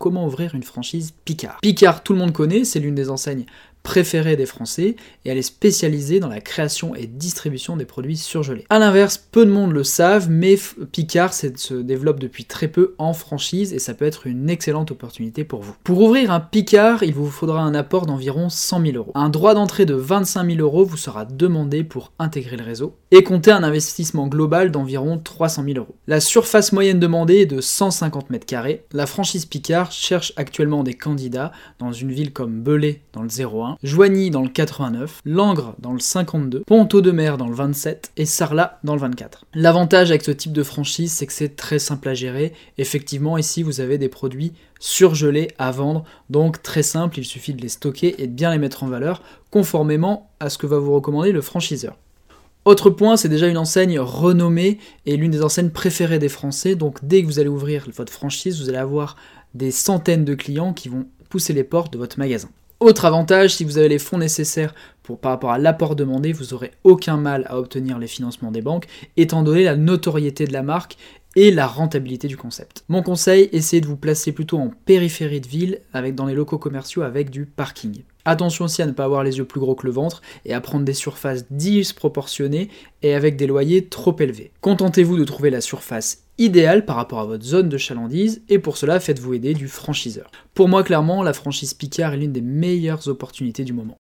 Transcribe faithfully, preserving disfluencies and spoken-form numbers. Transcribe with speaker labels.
Speaker 1: comment ouvrir une franchise Picard. Picard, tout le monde connaît, c'est l'une des enseignes préférée des Français, et elle est spécialisée dans la création et distribution des produits surgelés. A l'inverse, peu de monde le savent, mais Picard se développe depuis très peu en franchise, et ça peut être une excellente opportunité pour vous. Pour ouvrir un Picard, il vous faudra un apport d'environ cent mille euros. Un droit d'entrée de vingt-cinq mille euros vous sera demandé pour intégrer le réseau, et comptez un investissement global d'environ trois cent mille euros. La surface moyenne demandée est de cent cinquante mètres carrés. La franchise Picard cherche actuellement des candidats dans une ville comme Belay dans le zéro un, Joigny dans le quatre-vingt-neuf, Langres dans le cinquante-deux, Pont-Audemer dans le vingt-sept et Sarlat dans le vingt-quatre. L'avantage avec ce type de franchise, c'est que c'est très simple à gérer. Effectivement, ici, vous avez des produits surgelés à vendre, donc très simple, il suffit de les stocker et de bien les mettre en valeur, conformément à ce que va vous recommander le franchiseur. Autre point, c'est déjà une enseigne renommée et l'une des enseignes préférées des Français, donc dès que vous allez ouvrir votre franchise, vous allez avoir des centaines de clients qui vont pousser les portes de votre magasin. Autre avantage, si vous avez les fonds nécessaires pour, par rapport à l'apport demandé, vous n'aurez aucun mal à obtenir les financements des banques, étant donné la notoriété de la marque et la rentabilité du concept. Mon conseil, essayez de vous placer plutôt en périphérie de ville, avec, dans les locaux commerciaux avec du parking. Attention aussi à ne pas avoir les yeux plus gros que le ventre et à prendre des surfaces disproportionnées et avec des loyers trop élevés. Contentez-vous de trouver la surface idéale par rapport à votre zone de chalandise et pour cela faites-vous aider du franchiseur. Pour moi clairement la franchise Picard est l'une des meilleures opportunités du moment.